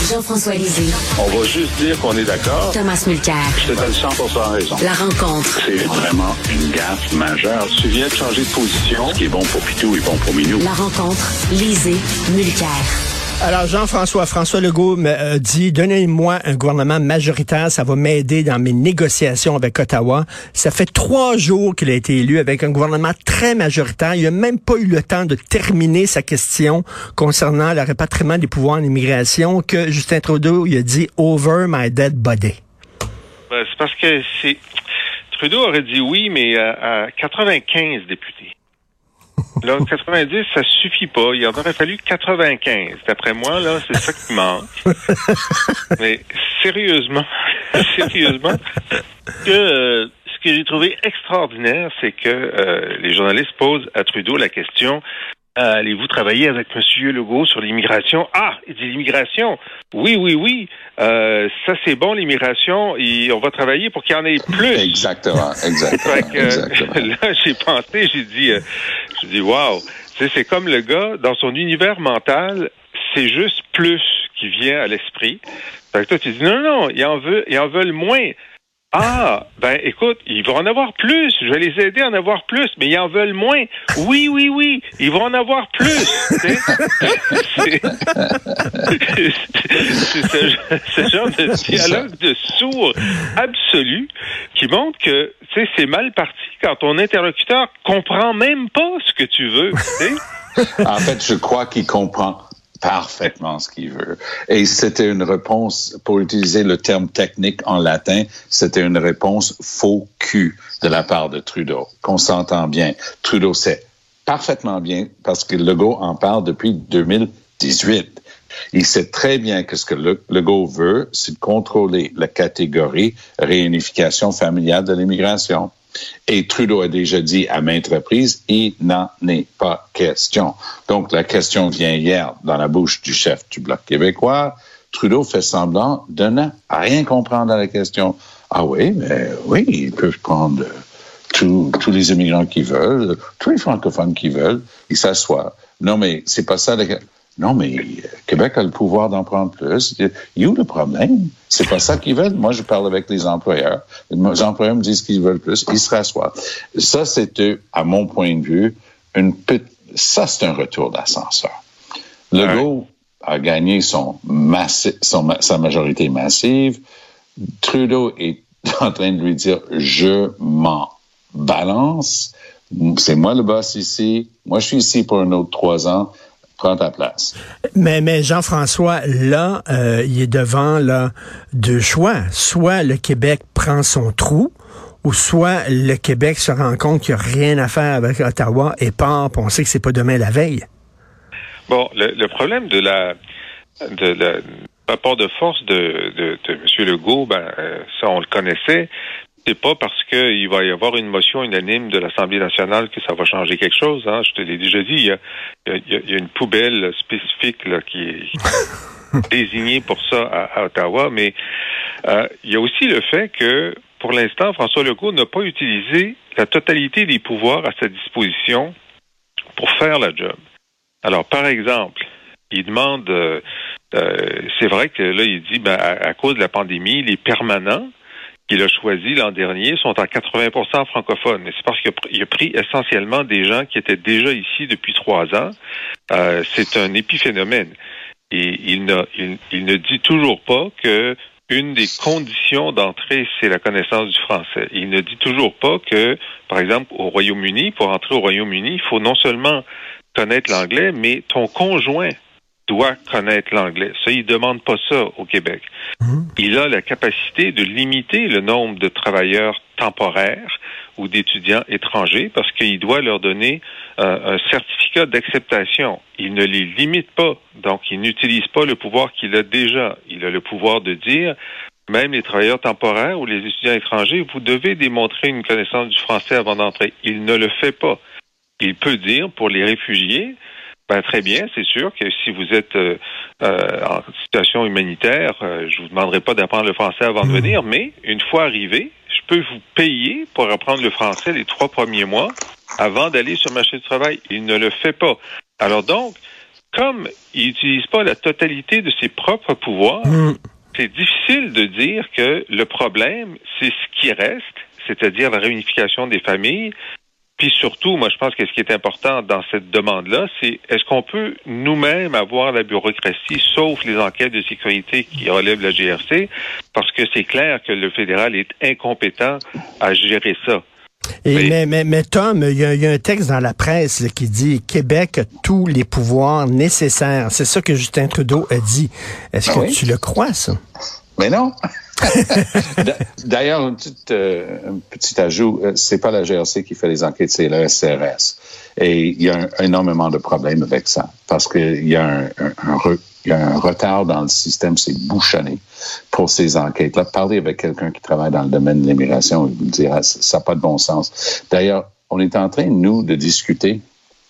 Jean-François Lisée. On va juste dire qu'on est d'accord. Thomas Mulcair. Je te donne 100% raison. La rencontre. C'est vraiment une gaffe majeure. Tu viens de changer de position. Ce qui est bon pour Pitou est bon pour Minou. La rencontre. Lisée. Mulcair. Alors, François Legault me dit, donnez-moi un gouvernement majoritaire, ça va m'aider dans mes négociations avec Ottawa. Ça fait 3 jours qu'il a été élu avec un gouvernement très majoritaire. Il n'a même pas eu le temps de terminer sa question concernant le rapatriement des pouvoirs en immigration que Justin Trudeau, il a dit « over my dead body ». C'est parce que Trudeau aurait dit oui, mais à 95 députés. Là, 90, ça suffit pas. Il en aurait fallu 95. D'après moi, là, c'est ça qui manque. Mais sérieusement, ce que j'ai trouvé extraordinaire, c'est que les journalistes posent à Trudeau la question: allez-vous travailler avec M. Legault sur l'immigration? Ah, il dit l'immigration. Oui. Ça, c'est bon, l'immigration. Et on va travailler pour qu'il y en ait plus. Exactement. Là, j'ai pensé, j'ai dit, wow. C'est comme le gars, dans son univers mental, c'est juste plus qui vient à l'esprit. Fait que toi, tu dis, non, ils en veulent moins. Ah, écoute, ils vont en avoir plus. Je vais les aider à en avoir plus, mais ils en veulent moins. Oui, ils vont en avoir plus. C'est ce genre de dialogue de sourd absolu qui montre que, c'est mal parti quand ton interlocuteur comprend même pas ce que tu veux. En fait, je crois qu'il comprend parfaitement ce qu'il veut. Et c'était une réponse, pour utiliser le terme technique en latin, c'était une réponse faux cul de la part de Trudeau. Qu'on s'entend bien. Trudeau sait parfaitement bien, parce que Legault en parle depuis 2018. Il sait très bien que ce que Legault veut, c'est de contrôler la catégorie réunification familiale de l'immigration. Et Trudeau a déjà dit à maintes reprises, il n'en est pas question. Donc, la question vient hier dans la bouche du chef du Bloc québécois. Trudeau fait semblant de ne rien comprendre à la question. Ah oui, mais oui, ils peuvent prendre tous les immigrants qu'ils veulent, tous les francophones qu'ils veulent, ils s'assoient. Non, mais c'est pas ça. Non, mais Québec a le pouvoir d'en prendre plus. Il y a où le problème? C'est pas ça qu'ils veulent. Moi, je parle avec les employeurs. Les employeurs me disent qu'ils veulent plus. Ils se rassoient. Ça, c'est, à mon point de vue, ça, c'est un retour d'ascenseur. Legault a gagné sa majorité massive. Trudeau est en train de lui dire, je m'en balance. C'est moi le boss ici. Moi, je suis ici pour un autre 3 ans. Prends ta place. Mais Jean-François, là, il est devant 2 choix. Soit le Québec prend son trou, ou soit le Québec se rend compte qu'il n'y a rien à faire avec Ottawa et part, puis on sait que c'est pas demain la veille. Bon, le problème de rapport de force de M. Legault, ça on le connaissait. C'est pas parce qu'il va y avoir une motion unanime de l'Assemblée nationale que ça va changer quelque chose. Hein. Je te l'ai déjà dit, il y a une poubelle spécifique là, qui est désignée pour ça à Ottawa. Mais il y a aussi le fait que, pour l'instant, François Legault n'a pas utilisé la totalité des pouvoirs à sa disposition pour faire la job. Alors, par exemple, il demande, c'est vrai que là, il dit, à cause de la pandémie, les permanents qu'il a choisi l'an dernier sont à 80% francophones. Mais c'est parce qu'il a pris essentiellement des gens qui étaient déjà ici depuis 3 ans. C'est un épiphénomène. Et il ne dit toujours pas que une des conditions d'entrée, c'est la connaissance du français. Il ne dit toujours pas que, par exemple, au Royaume-Uni, pour entrer au Royaume-Uni, il faut non seulement connaître l'anglais, mais ton conjoint doit connaître l'anglais. Ça, il demande pas ça au Québec. Il a la capacité de limiter le nombre de travailleurs temporaires ou d'étudiants étrangers parce qu'il doit leur donner un certificat d'acceptation. Il ne les limite pas. Donc, il n'utilise pas le pouvoir qu'il a déjà. Il a le pouvoir de dire, même les travailleurs temporaires ou les étudiants étrangers, vous devez démontrer une connaissance du français avant d'entrer. Il ne le fait pas. Il peut dire, pour les réfugiés, très bien, c'est sûr que si vous êtes en situation humanitaire, je vous demanderai pas d'apprendre le français avant de venir, mais une fois arrivé, je peux vous payer pour apprendre le français les 3 premiers mois avant d'aller sur le marché du travail. Il ne le fait pas. Alors donc, comme il n'utilise pas la totalité de ses propres pouvoirs, c'est difficile de dire que le problème, c'est ce qui reste, c'est-à-dire la réunification des familles. Puis surtout, moi, je pense que ce qui est important dans cette demande-là, c'est est-ce qu'on peut nous-mêmes avoir la bureaucratie, sauf les enquêtes de sécurité qui relèvent de la GRC, parce que c'est clair que le fédéral est incompétent à gérer ça. Mais Tom, il y a un texte dans la presse là, qui dit « Québec a tous les pouvoirs nécessaires ». C'est ça que Justin Trudeau a dit. Est-ce que tu le crois, ça? Mais non. D'ailleurs, un petit ajout, c'est pas la GRC qui fait les enquêtes, c'est le SRS. Et il y a énormément de problèmes avec ça, parce qu'il y a un retard dans le système, c'est bouchonné pour ces enquêtes-là. Parlez avec quelqu'un qui travaille dans le domaine de l'immigration, il vous dira, ça n'a pas de bon sens. D'ailleurs, on est en train, nous, de discuter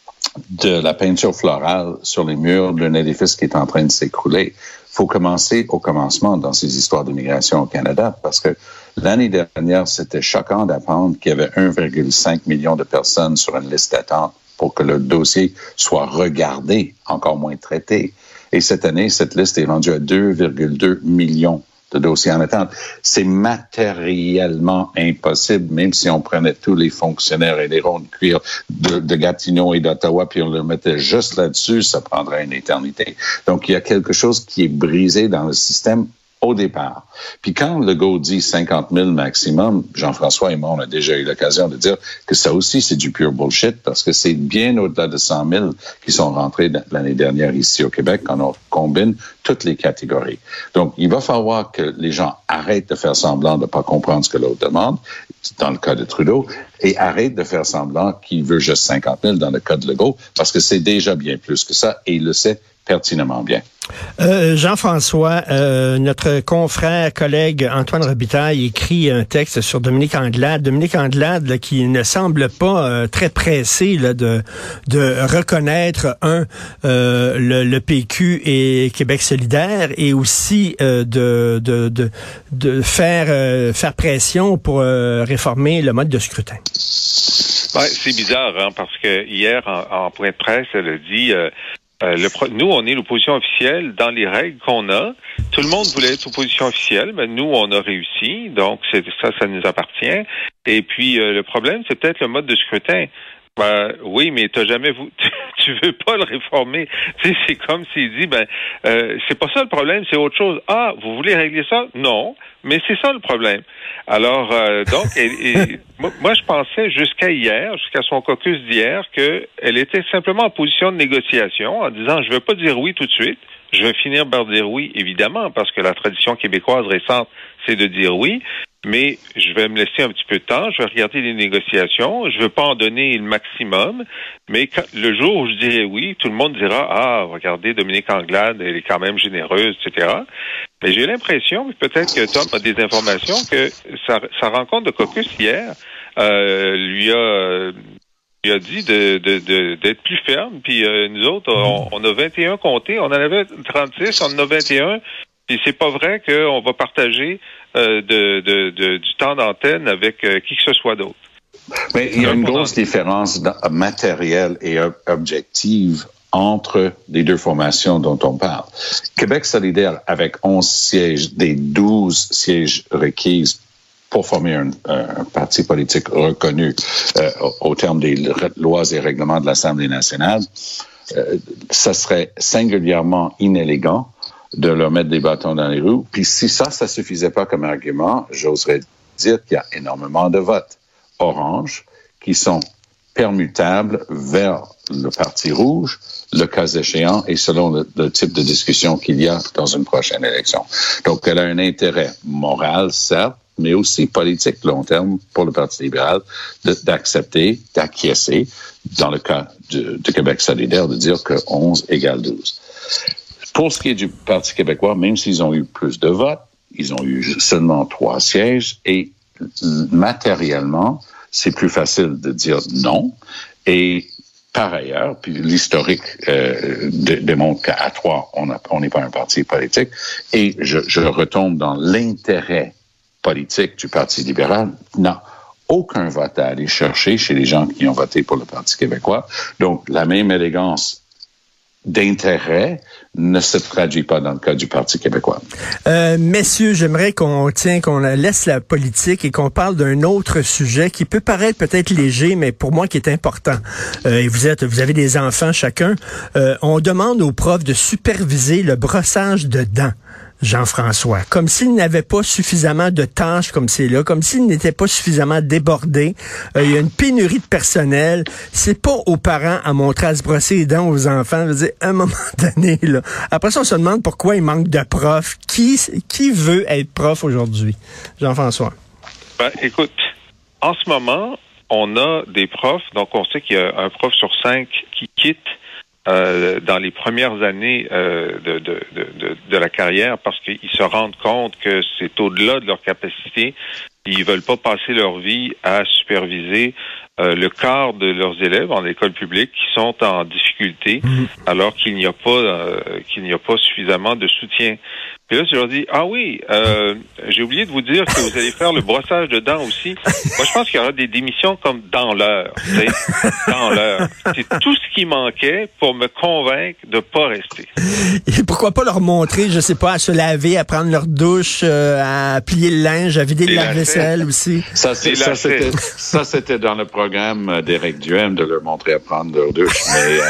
de la peinture florale sur les murs d'un édifice qui est en train de s'écrouler. Il faut commencer au commencement dans ces histoires d'immigration au Canada, parce que l'année dernière, c'était choquant d'apprendre qu'il y avait 1,5 million de personnes sur une liste d'attente pour que le dossier soit regardé, encore moins traité. Et cette année, cette liste est rendue à 2,2 millions de dossiers en attente. C'est matériellement impossible, même si on prenait tous les fonctionnaires et les ronds de cuir de Gatineau et d'Ottawa, puis on le mettait juste là-dessus, ça prendrait une éternité. Donc, il y a quelque chose qui est brisé dans le système au départ. Puis quand Legault dit 50 000 maximum, Jean-François et moi, on a déjà eu l'occasion de dire que ça aussi, c'est du pure bullshit, parce que c'est bien au-delà de 100 000 qui sont rentrés l'année dernière ici au Québec quand on combine toutes les catégories. Donc, il va falloir que les gens arrêtent de faire semblant de ne pas comprendre ce que l'autre demande, dans le cas de Trudeau, et arrêtent de faire semblant qu'il veut juste 50 000 dans le cas de Legault, parce que c'est déjà bien plus que ça, et il le sait pertinemment bien. Jean-François, notre confrère, collègue Antoine Robitaille écrit un texte sur Dominique Anglade. Dominique Anglade là, qui ne semble pas très pressé là, de reconnaître le PQ et Québec solidaire, et aussi de faire pression pour réformer le mode de scrutin. Ouais, c'est bizarre, hein, parce que hier, en point de presse, elle a dit... nous, on est l'opposition officielle dans les règles qu'on a. Tout le monde voulait être opposition officielle, mais nous, on a réussi. Donc, ça nous appartient. Et puis, le problème, c'est peut-être le mode de scrutin. Oui, mais tu veux pas le réformer. Tu sais, c'est comme s'il dit, c'est pas ça le problème, c'est autre chose. Ah, vous voulez régler ça? Non, mais c'est ça le problème. Alors, donc, moi, je pensais jusqu'à son caucus d'hier, qu'elle était simplement en position de négociation, en disant, je veux pas dire oui tout de suite. Je vais finir par dire oui, évidemment, parce que la tradition québécoise récente, c'est de dire oui. Mais je vais me laisser un petit peu de temps, je vais regarder les négociations, je veux pas en donner le maximum, mais le jour où je dirai oui, tout le monde dira « Ah, regardez, Dominique Anglade, elle est quand même généreuse, etc. » Mais j'ai l'impression, peut-être que Tom a des informations, que sa rencontre de caucus hier lui a dit d'être plus ferme, puis nous autres, on a 21 comtés, on en avait 36, on en a 21, puis c'est pas vrai qu'on va partager du temps d'antenne avec qui que ce soit d'autre. Mais il y a une grosse différence matérielle et objective entre les deux formations dont on parle. Québec solidaire, avec 11 sièges, des 12 sièges requises pour former un parti politique reconnu au terme des lois et règlements de l'Assemblée nationale, ça serait singulièrement inélégant de leur mettre des bâtons dans les roues. Puis si ça suffisait pas comme argument, j'oserais dire qu'il y a énormément de votes orange qui sont permutables vers le Parti rouge, le cas échéant, et selon le type de discussion qu'il y a dans une prochaine élection. Donc, elle a un intérêt moral, certes, mais aussi politique long terme pour le Parti libéral d'accepter, d'acquiescer, dans le cas de Québec solidaire, de dire que 11 égale 12. Pour ce qui est du Parti québécois, même s'ils ont eu plus de votes, ils ont eu seulement 3 sièges, et matériellement, c'est plus facile de dire non. Et par ailleurs, puis l'historique démontre qu'à 3, on n'est pas un parti politique, et je retombe dans l'intérêt politique du Parti libéral, n'a aucun vote à aller chercher chez les gens qui ont voté pour le Parti québécois. Donc, la même élégance d'intérêt ne se traduit pas dans le cas du Parti québécois. Messieurs, j'aimerais qu'on laisse la politique et qu'on parle d'un autre sujet qui peut paraître peut-être léger, mais pour moi qui est important. Et vous avez des enfants chacun. On demande aux profs de superviser le brossage de dents. Jean-François, comme s'il n'avait pas suffisamment de tâches comme c'est là, comme s'il n'était pas suffisamment débordé. Il y a une pénurie de personnel. C'est pas aux parents à montrer à se brosser les dents aux enfants. Je veux dire, à un moment donné, là. Après ça, on se demande pourquoi il manque de profs. Qui veut être prof aujourd'hui? Jean-François. Ben, écoute, en ce moment, on a des profs, donc on sait qu'il y a un prof sur 5 qui quitte dans les premières années de la carrière parce qu'ils se rendent compte que c'est au-delà de leur capacité. Ils veulent pas passer leur vie à superviser le quart de leurs élèves en école publique qui sont en difficulté alors qu'il n'y a pas suffisamment de soutien. Puis là, je leur dis, ah oui, j'ai oublié de vous dire que vous allez faire le brossage de dents aussi. Moi, je pense qu'il y aura des démissions comme dans l'heure. Dans l'heure. C'est tout ce qui manquait pour me convaincre de pas rester. Et pourquoi pas leur montrer, je sais pas, à se laver, à prendre leur douche, à plier le linge, à vider le lave-vaisselle aussi. Ça, c'était dans le programme d'Éric Duhem de leur montrer à prendre leur douche.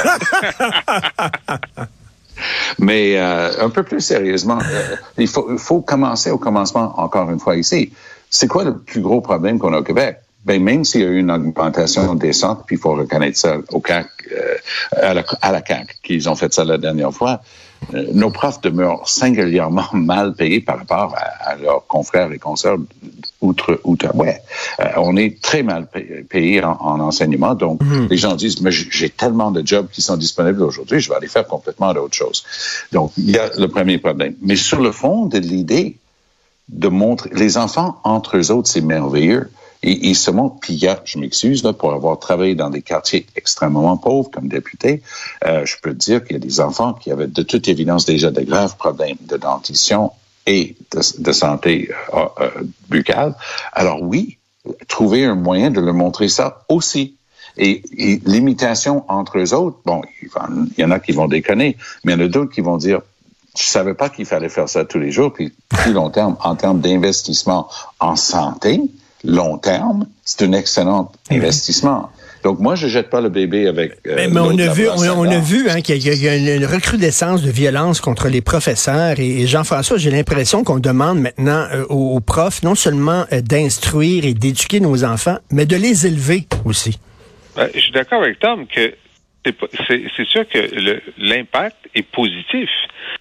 Mais un peu plus sérieusement, il faut commencer au commencement encore une fois ici. C'est quoi le plus gros problème qu'on a au Québec? Ben, même s'il y a eu une augmentation décente, puis il faut reconnaître ça au CAQ, à la CAQ, qu'ils ont fait ça la dernière fois, nos profs demeurent singulièrement mal payés par rapport à leurs confrères et consoeurs outre-ouest. On est très mal payés en enseignement, donc les gens disent, mais j'ai tellement de jobs qui sont disponibles aujourd'hui, je vais aller faire complètement d'autres choses. Donc, il y a le premier problème. Mais sur le fond de l'idée de montrer, les enfants entre eux autres, c'est merveilleux. Et ils se montrent, puis je m'excuse là, pour avoir travaillé dans des quartiers extrêmement pauvres comme député, je peux te dire qu'il y a des enfants qui avaient de toute évidence déjà de graves problèmes de dentition et de santé buccale. Alors oui, trouver un moyen de leur montrer ça aussi. Et l'imitation entre eux autres, bon, il y en a qui vont déconner, mais il y en a d'autres qui vont dire, je savais pas qu'il fallait faire ça tous les jours, puis plus long terme, en termes d'investissement en santé, long terme, c'est un excellent investissement. Donc, moi, je jette pas le bébé avec... mais on a vu qu'il y a une recrudescence de violence contre les professeurs. Et Jean-François, j'ai l'impression qu'on demande maintenant aux profs non seulement d'instruire et d'éduquer nos enfants, mais de les élever aussi. Je suis d'accord avec Tom que c'est sûr que l'impact est positif.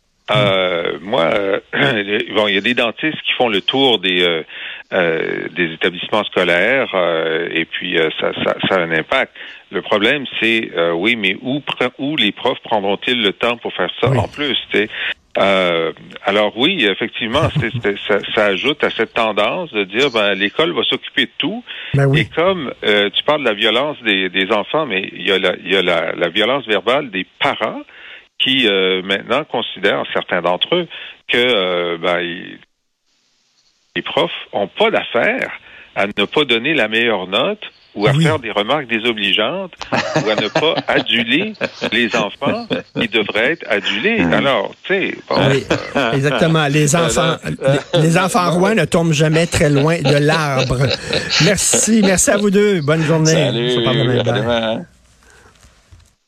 Moi, il y a des dentistes qui font le tour des établissements scolaires et puis ça a un impact. Le problème, c'est oui, mais où les profs prendront-ils le temps pour faire ça en plus, tu sais? Alors oui, effectivement, ça ajoute à cette tendance de dire l'école va s'occuper de tout. Et comme tu parles de la violence des enfants, mais il y a la violence verbale des parents qui maintenant considèrent, certains d'entre eux, que les profs ont pas d'affaire à ne pas donner la meilleure note ou à faire des remarques désobligeantes ou à ne pas aduler les enfants qui devraient être adulés. Alors, tu sais... exactement. Les enfants rois ne tombent jamais très loin de l'arbre. Merci à vous deux. Bonne journée. Salut.